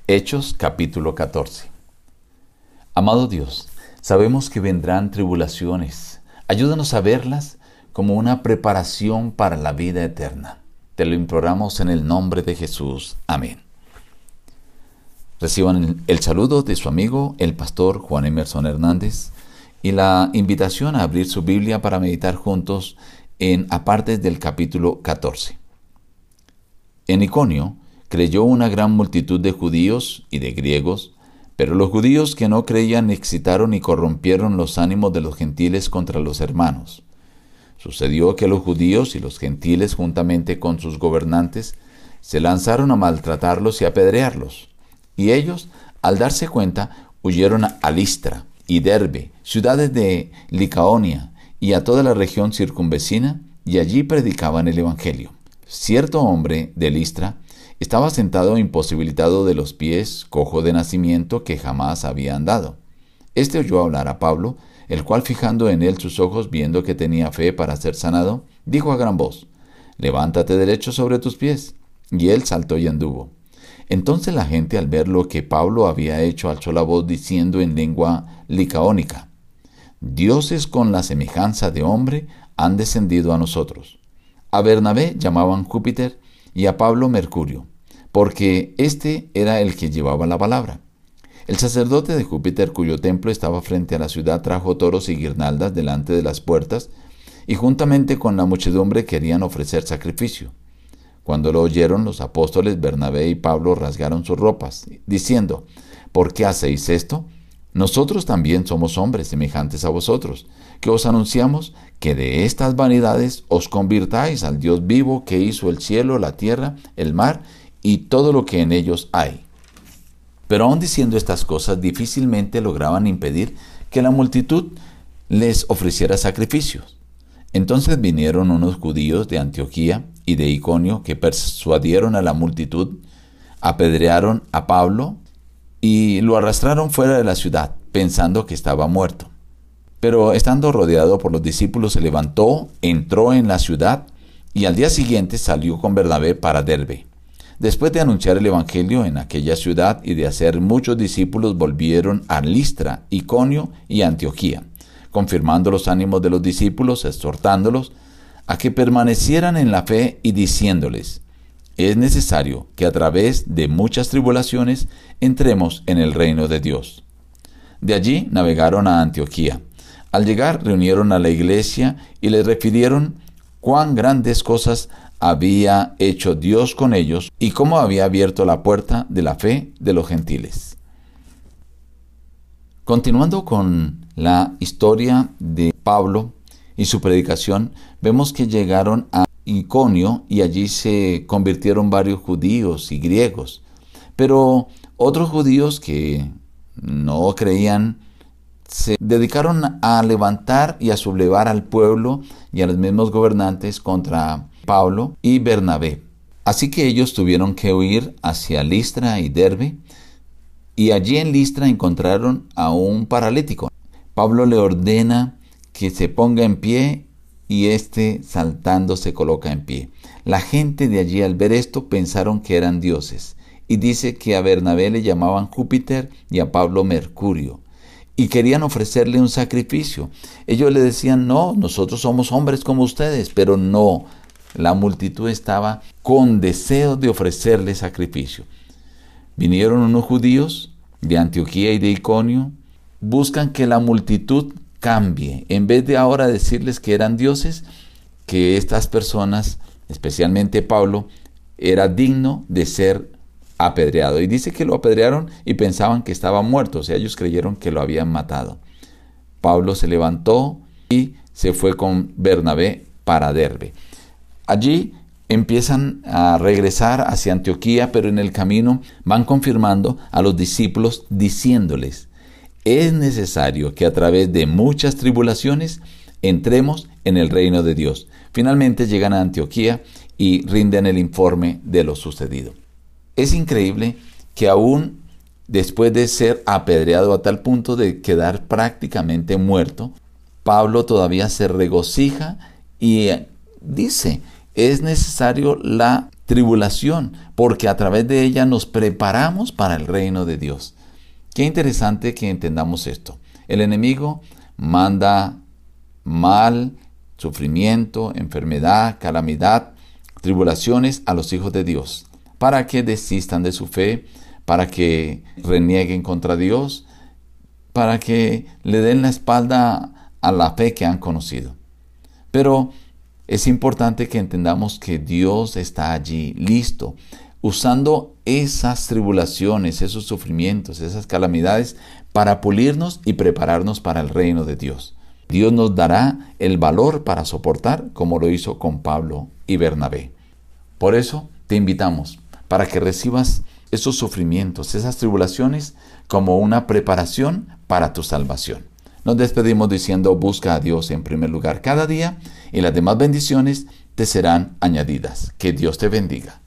Hechos capítulo 14. Amado Dios, sabemos que vendrán tribulaciones. Ayúdanos a verlas como una preparación para la vida eterna. Te lo imploramos en el nombre de Jesús. Amén. Reciban el saludo de su amigo, el pastor Juan Emerson Hernández, y la invitación a abrir su Biblia para meditar juntos en apartes del capítulo 14. En Iconio creyó una gran multitud de judíos y de griegos, pero los judíos que no creían excitaron y corrompieron los ánimos de los gentiles contra los hermanos. Sucedió que los judíos y los gentiles, juntamente con sus gobernantes, se lanzaron a maltratarlos y a apedrearlos. Y ellos, al darse cuenta, huyeron a Listra y Derbe, ciudades de Licaonia, y a toda la región circunvecina, y allí predicaban el evangelio. Cierto hombre de Listra estaba sentado imposibilitado de los pies, cojo de nacimiento, que jamás había andado. Este oyó hablar a Pablo, el cual, fijando en él sus ojos, viendo que tenía fe para ser sanado, dijo a gran voz: «Levántate derecho sobre tus pies». Y él saltó y anduvo. Entonces la gente, al ver lo que Pablo había hecho, alzó la voz diciendo en lengua licaónica: «Dioses con la semejanza de hombre han descendido a nosotros». A Bernabé llamaban Júpiter y a Pablo Mercurio, porque este era el que llevaba la palabra. El sacerdote de Júpiter, cuyo templo estaba frente a la ciudad, trajo toros y guirnaldas delante de las puertas, y juntamente con la muchedumbre querían ofrecer sacrificio. Cuando lo oyeron, los apóstoles Bernabé y Pablo rasgaron sus ropas, diciendo: «¿Por qué hacéis esto? Nosotros también somos hombres semejantes a vosotros, que os anunciamos que de estas vanidades os convirtáis al Dios vivo, que hizo el cielo, la tierra, el mar y todo lo que en ellos hay». Pero aun diciendo estas cosas, difícilmente lograban impedir que la multitud les ofreciera sacrificios. Entonces vinieron unos judíos de Antioquía y de Iconio, que persuadieron a la multitud, apedrearon a Pablo y lo arrastraron fuera de la ciudad, pensando que estaba muerto. Pero estando rodeado por los discípulos, se levantó, entró en la ciudad y al día siguiente salió con Bernabé para Derbe. Después de anunciar el evangelio en aquella ciudad y de hacer muchos discípulos, volvieron a Listra, Iconio y Antioquía, confirmando los ánimos de los discípulos, exhortándolos a que permanecieran en la fe y diciéndoles: «Es necesario que a través de muchas tribulaciones entremos en el reino de Dios». De allí navegaron a Antioquía. Al llegar, reunieron a la iglesia y les refirieron cuán grandes cosas había hecho Dios con ellos y cómo había abierto la puerta de la fe de los gentiles. Continuando con la historia de Pablo y su predicación, vemos que llegaron a Iconio y allí se convirtieron varios judíos y griegos. Pero otros judíos que no creían se dedicaron a levantar y a sublevar al pueblo y a los mismos gobernantes contra Pablo y Bernabé. Así que ellos tuvieron que huir hacia Listra y Derbe, y allí en Listra encontraron a un paralítico. Pablo le ordena que se ponga en pie y éste, saltando, se coloca en pie. La gente de allí, al ver esto, pensaron que eran dioses, y dice que a Bernabé le llamaban Júpiter y a Pablo Mercurio, y querían ofrecerle un sacrificio. Ellos le decían: «No, nosotros somos hombres como ustedes», pero no. La multitud estaba con deseo de ofrecerle sacrificio. Vinieron unos judíos de Antioquía y de Iconio, buscan que la multitud cambie. En vez de ahora decirles que eran dioses, que estas personas, especialmente Pablo, era digno de ser apedreado. Y dice que lo apedrearon y pensaban que estaba muerto, o sea, ellos creyeron que lo habían matado. Pablo se levantó y se fue con Bernabé para Derbe. Allí empiezan a regresar hacia Antioquía, pero en el camino van confirmando a los discípulos diciéndoles: «Es necesario que a través de muchas tribulaciones entremos en el reino de Dios». Finalmente llegan a Antioquía y rinden el informe de lo sucedido. Es increíble que aún después de ser apedreado a tal punto de quedar prácticamente muerto, Pablo todavía se regocija y dice: es necesario la tribulación, porque a través de ella nos preparamos para el reino de Dios. Qué interesante que entendamos esto. El enemigo manda mal, sufrimiento, enfermedad, calamidad, tribulaciones a los hijos de Dios, para que desistan de su fe, para que renieguen contra Dios, para que le den la espalda a la fe que han conocido. Pero es importante que entendamos que Dios está allí, listo, usando esas tribulaciones, esos sufrimientos, esas calamidades, para pulirnos y prepararnos para el reino de Dios. Dios nos dará el valor para soportar, como lo hizo con Pablo y Bernabé. Por eso te invitamos para que recibas esos sufrimientos, esas tribulaciones, como una preparación para tu salvación. Nos despedimos diciendo: busca a Dios en primer lugar cada día y las demás bendiciones te serán añadidas. Que Dios te bendiga.